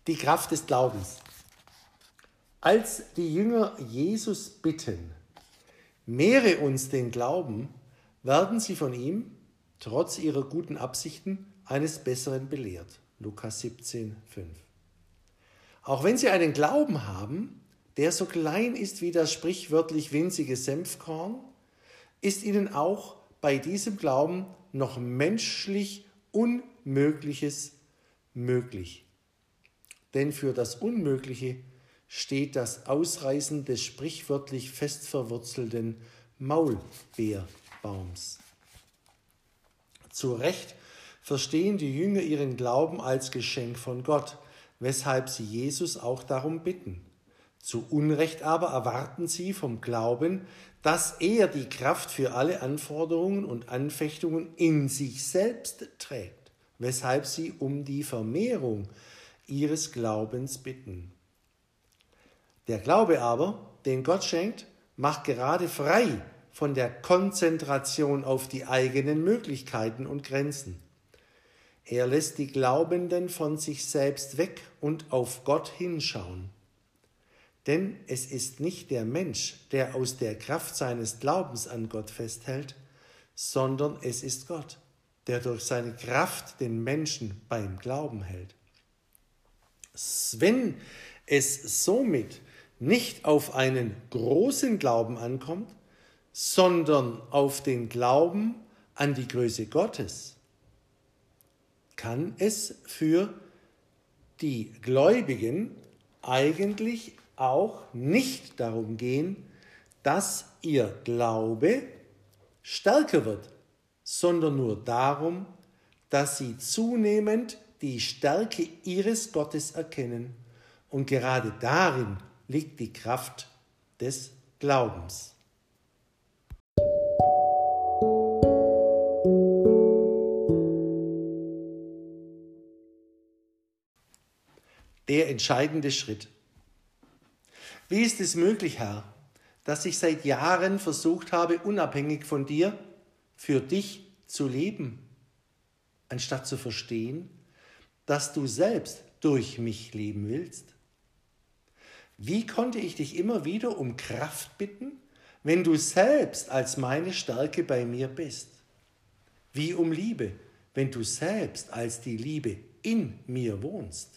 Die Kraft des Glaubens. Als die Jünger Jesus bitten, mehre uns den Glauben, werden sie von ihm, trotz ihrer guten Absichten, eines Besseren belehrt. Lukas 17, 5. Auch wenn sie einen Glauben haben, der so klein ist wie das sprichwörtlich winzige Senfkorn, ist ihnen auch bei diesem Glauben noch menschlich Unmögliches möglich. Denn für das Unmögliche steht das Ausreißen des sprichwörtlich fest verwurzelten Maulbeerbaums. Zu Recht verstehen die Jünger ihren Glauben als Geschenk von Gott, weshalb sie Jesus auch darum bitten. Zu Unrecht aber erwarten sie vom Glauben, dass er die Kraft für alle Anforderungen und Anfechtungen in sich selbst trägt, weshalb sie um die Vermehrung ihres Glaubens bitten. Der Glaube aber, den Gott schenkt, macht gerade frei von der Konzentration auf die eigenen Möglichkeiten und Grenzen. Er lässt die Glaubenden von sich selbst weg und auf Gott hinschauen. Denn es ist nicht der Mensch, der aus der Kraft seines Glaubens an Gott festhält, sondern es ist Gott, der durch seine Kraft den Menschen beim Glauben hält. Wenn es somit nicht auf einen großen Glauben ankommt, sondern auf den Glauben an die Größe Gottes, kann es für die Gläubigen eigentlich auch nicht darum gehen, dass ihr Glaube stärker wird, sondern nur darum, dass sie zunehmend die Stärke ihres Gottes erkennen. Und gerade darin liegt die Kraft des Glaubens. Der entscheidende Schritt. Wie ist es möglich, Herr, dass ich seit Jahren versucht habe, unabhängig von dir, für dich zu leben, anstatt zu verstehen, dass du selbst durch mich leben willst? Wie konnte ich dich immer wieder um Kraft bitten, wenn du selbst als meine Stärke bei mir bist? Wie um Liebe, wenn du selbst als die Liebe in mir wohnst?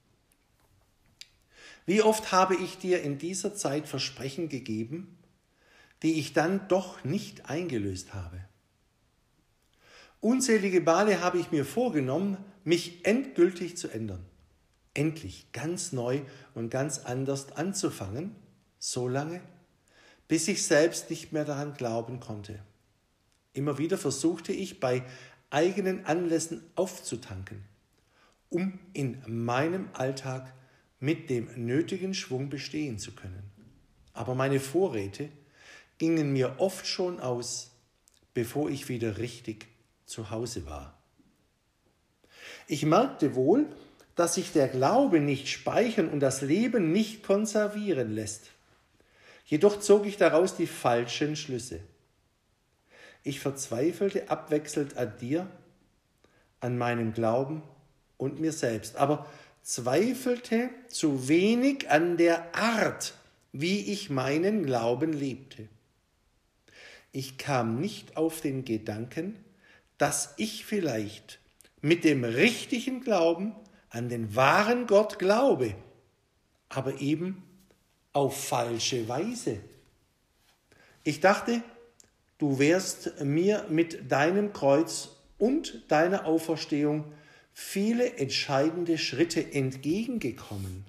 Wie oft habe ich dir in dieser Zeit Versprechen gegeben, die ich dann doch nicht eingelöst habe? Unzählige Male habe ich mir vorgenommen, mich endgültig zu ändern, endlich ganz neu und ganz anders anzufangen, so lange, bis ich selbst nicht mehr daran glauben konnte. Immer wieder versuchte ich, bei eigenen Anlässen aufzutanken, um in meinem Alltag mit dem nötigen Schwung bestehen zu können. Aber meine Vorräte gingen mir oft schon aus, bevor ich wieder richtig zu Hause war. Ich merkte wohl, dass sich der Glaube nicht speichern und das Leben nicht konservieren lässt. Jedoch zog ich daraus die falschen Schlüsse. Ich verzweifelte abwechselnd an dir, an meinem Glauben und mir selbst, aber zweifelte zu wenig an der Art, wie ich meinen Glauben lebte. Ich kam nicht auf den Gedanken, dass ich vielleicht mit dem richtigen Glauben an den wahren Gott glaube, aber eben auf falsche Weise. Ich dachte, du wärst mir mit deinem Kreuz und deiner Auferstehung viele entscheidende Schritte entgegengekommen.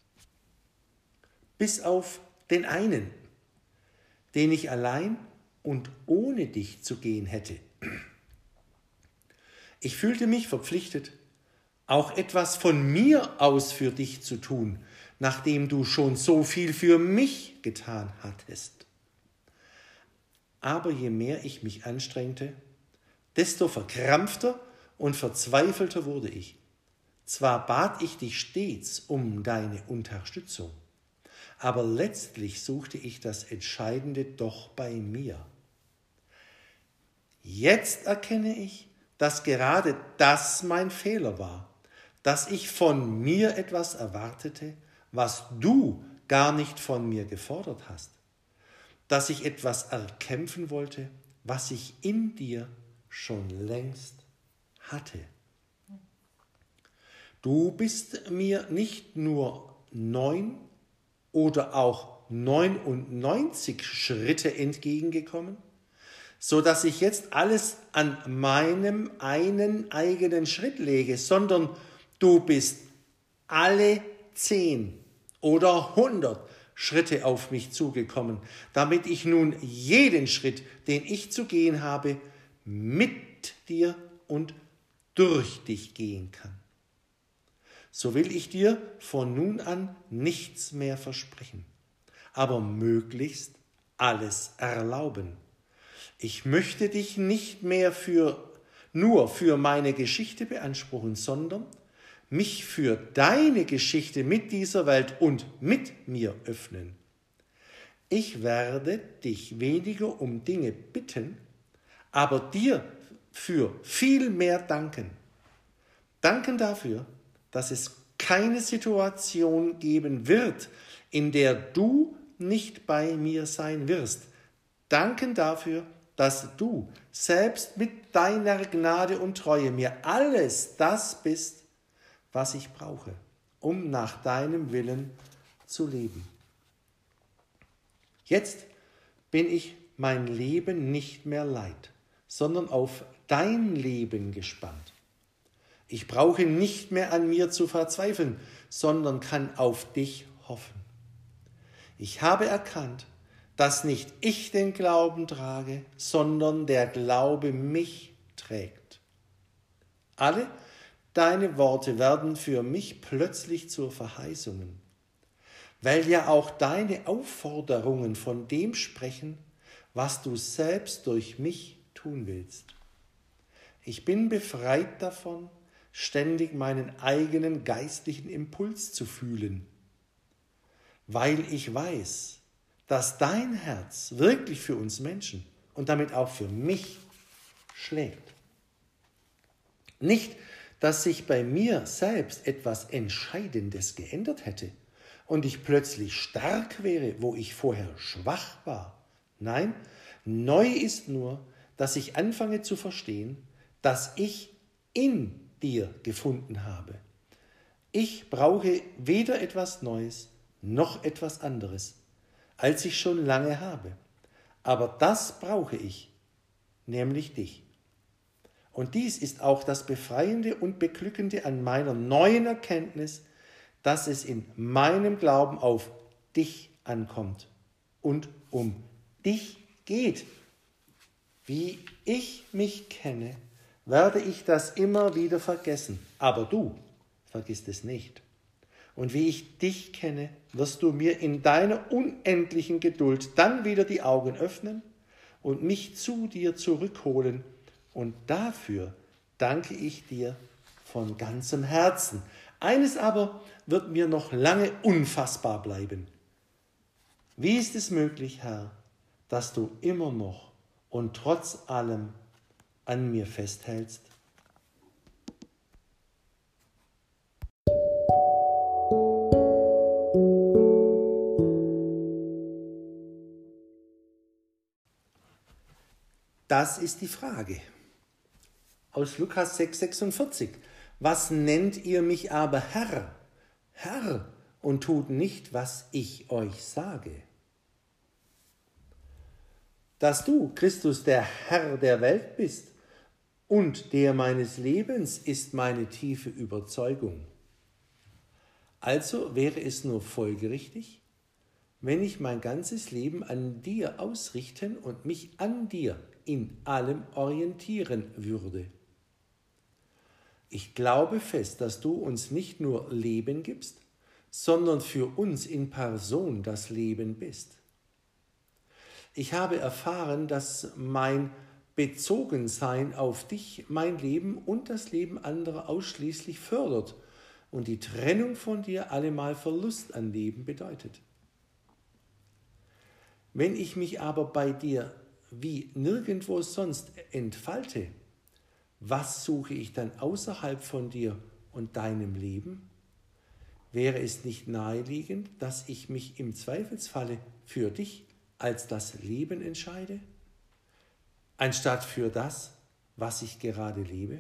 Bis auf den einen, den ich allein und ohne dich zu gehen hätte. Ich fühlte mich verpflichtet, auch etwas von mir aus für dich zu tun, nachdem du schon so viel für mich getan hattest. Aber je mehr ich mich anstrengte, desto verkrampfter und verzweifelter wurde ich. Zwar bat ich dich stets um deine Unterstützung, aber letztlich suchte ich das Entscheidende doch bei mir. Jetzt erkenne ich, dass gerade das mein Fehler war, dass ich von mir etwas erwartete, was du gar nicht von mir gefordert hast, dass ich etwas erkämpfen wollte, was ich in dir schon längst hatte. Du bist mir nicht nur 9 oder auch 99 Schritte entgegengekommen, so dass ich jetzt alles an meinem einen eigenen Schritt lege, sondern du bist alle 10 oder 100 Schritte auf mich zugekommen, damit ich nun jeden Schritt, den ich zu gehen habe, mit dir und durch dich gehen kann. So will ich dir von nun an nichts mehr versprechen, aber möglichst alles erlauben. Ich möchte dich nicht mehr nur für meine Geschichte beanspruchen, sondern mich für deine Geschichte mit dieser Welt und mit mir öffnen. Ich werde dich weniger um Dinge bitten, aber dir für viel mehr danken. Danken dafür, dass es keine Situation geben wird, in der du nicht bei mir sein wirst. Danken dafür, dass du selbst mit deiner Gnade und Treue mir alles das bist, was ich brauche, um nach deinem Willen zu leben. Jetzt bin ich mein Leben nicht mehr leid, sondern auf dein Leben gespannt. Ich brauche nicht mehr an mir zu verzweifeln, sondern kann auf dich hoffen. Ich habe erkannt, dass nicht ich den Glauben trage, sondern der Glaube mich trägt. Alle deine Worte werden für mich plötzlich zu Verheißungen, weil ja auch deine Aufforderungen von dem sprechen, was du selbst durch mich tun willst. Ich bin befreit davon, ständig meinen eigenen geistlichen Impuls zu fühlen, weil ich weiß, dass dein Herz wirklich für uns Menschen und damit auch für mich schlägt. Nicht, dass sich bei mir selbst etwas Entscheidendes geändert hätte und ich plötzlich stark wäre, wo ich vorher schwach war. Nein, neu ist nur, dass ich anfange zu verstehen, dass ich in dir gefunden habe. Ich brauche weder etwas Neues noch etwas anderes, als ich schon lange habe. Aber das brauche ich, nämlich dich. Und dies ist auch das Befreiende und Beglückende an meiner neuen Erkenntnis, dass es in meinem Glauben auf dich ankommt und um dich geht. Wie ich mich kenne, werde ich das immer wieder vergessen, aber du vergisst es nicht. Und wie ich dich kenne, wirst du mir in deiner unendlichen Geduld dann wieder die Augen öffnen und mich zu dir zurückholen. Und dafür danke ich dir von ganzem Herzen. Eines aber wird mir noch lange unfassbar bleiben. Wie ist es möglich, Herr, dass du immer noch und trotz allem an mir festhältst? Das ist die Frage. Aus Lukas 6,46. Was nennt ihr mich aber Herr, Herr, und tut nicht, was ich euch sage? Dass du, Christus, der Herr der Welt bist und der meines Lebens, ist meine tiefe Überzeugung. Also wäre es nur folgerichtig, wenn ich mein ganzes Leben an dir ausrichten und mich an dir in allem orientieren würde. Ich glaube fest, dass du uns nicht nur Leben gibst, sondern für uns in Person das Leben bist. Ich habe erfahren, dass mein Bezogensein auf dich mein Leben und das Leben anderer ausschließlich fördert und die Trennung von dir allemal Verlust an Leben bedeutet. Wenn ich mich aber bei dir wie nirgendwo sonst entfalte, was suche ich dann außerhalb von dir und deinem Leben? Wäre es nicht naheliegend, dass ich mich im Zweifelsfalle für dich als das Leben entscheide, anstatt für das, was ich gerade lebe?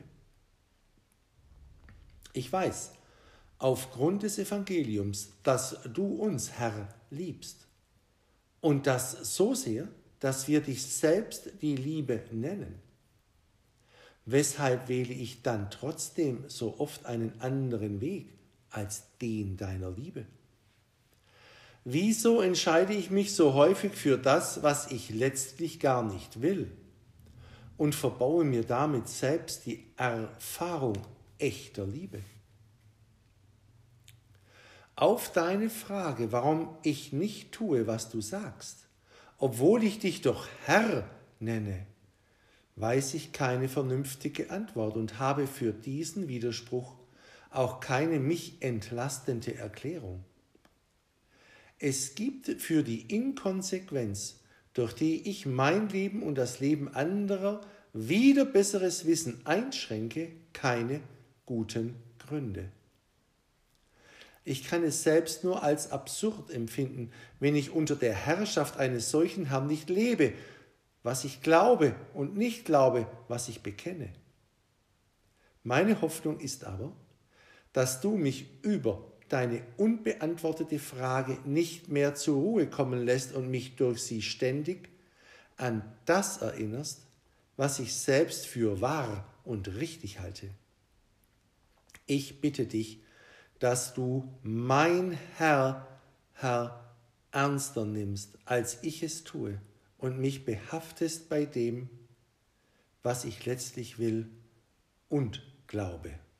Ich weiß, aufgrund des Evangeliums, dass du uns, Herr, liebst und das so sehr, dass wir dich selbst die Liebe nennen. Weshalb wähle ich dann trotzdem so oft einen anderen Weg als den deiner Liebe? Wieso entscheide ich mich so häufig für das, was ich letztlich gar nicht will und verbaue mir damit selbst die Erfahrung echter Liebe? Auf deine Frage, warum ich nicht tue, was du sagst, obwohl ich dich doch Herr nenne, weiß ich keine vernünftige Antwort und habe für diesen Widerspruch auch keine mich entlastende Erklärung. Es gibt für die Inkonsequenz, durch die ich mein Leben und das Leben anderer wider besseres Wissen einschränke, keine guten Gründe. Ich kann es selbst nur als absurd empfinden, wenn ich unter der Herrschaft eines solchen Herrn nicht lebe, was ich glaube und nicht glaube, was ich bekenne. Meine Hoffnung ist aber, dass du mich über deine unbeantwortete Frage nicht mehr zur Ruhe kommen lässt und mich durch sie ständig an das erinnerst, was ich selbst für wahr und richtig halte. Ich bitte dich, dass du mein Herr ernster nimmst, als ich es tue, und mich behaftest bei dem, was ich letztlich will und glaube.